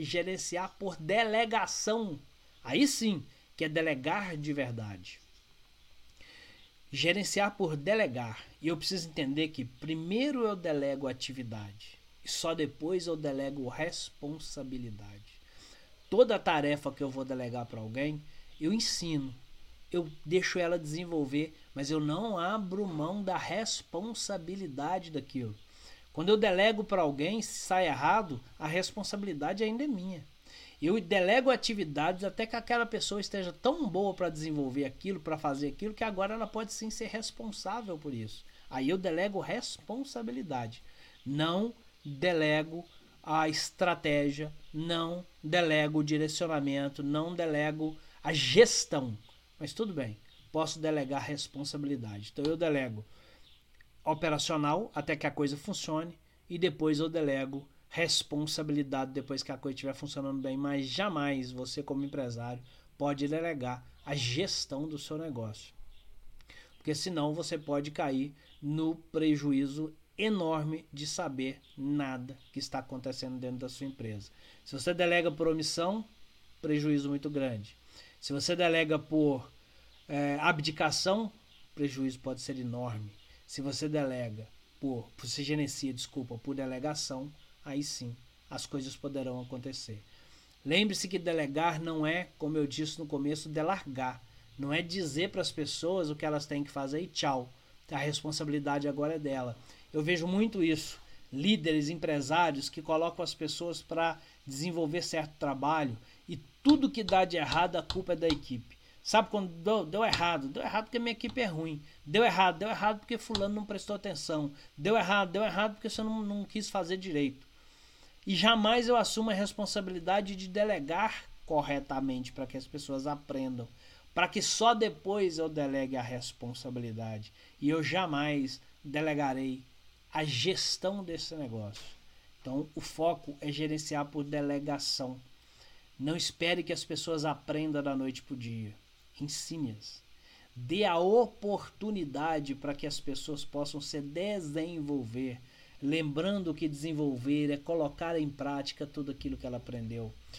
gerenciar por delegação. Aí sim, que é delegar de verdade. Gerenciar por delegar. E eu preciso entender que primeiro eu delego atividade e só depois eu delego responsabilidade. Toda tarefa que eu vou delegar para alguém, eu ensino. Eu deixo ela desenvolver, mas eu não abro mão da responsabilidade daquilo. Quando eu delego para alguém, se sai errado, a responsabilidade ainda é minha. Eu delego atividades até que aquela pessoa esteja tão boa para desenvolver aquilo, para fazer aquilo, que agora ela pode sim ser responsável por isso. Aí eu delego responsabilidade. Não delego a estratégia, não delego o direcionamento, não delego a gestão. Mas tudo bem, posso delegar responsabilidade. Então eu delego operacional até que a coisa funcione e depois eu delego responsabilidade depois que a coisa estiver funcionando bem, mas jamais você como empresário pode delegar a gestão do seu negócio, porque senão você pode cair no prejuízo enorme de saber nada que está acontecendo dentro da sua empresa. Se você delega por omissão, prejuízo muito grande. Se você delega por abdicação, prejuízo pode ser enorme. Se você delega você gerencia, por delegação, aí sim as coisas poderão acontecer. Lembre-se que delegar não é, como eu disse no começo, delargar. Não é dizer para as pessoas o que elas têm que fazer e tchau. A responsabilidade agora é dela. Eu vejo muito isso. Líderes, empresários que colocam as pessoas para desenvolver certo trabalho e tudo que dá de errado a culpa é da equipe. Sabe quando deu errado? Deu errado porque minha equipe é ruim. Deu errado porque fulano não prestou atenção. Deu errado porque você não quis fazer direito. E jamais eu assumo a responsabilidade de delegar corretamente para que as pessoas aprendam. Para que só depois eu delegue a responsabilidade. E eu jamais delegarei a gestão desse negócio. Então o foco é gerenciar por delegação. Não espere que as pessoas aprendam da noite para o dia. Ensine-as. Dê a oportunidade para que as pessoas possam se desenvolver. Lembrando que desenvolver é colocar em prática tudo aquilo que ela aprendeu.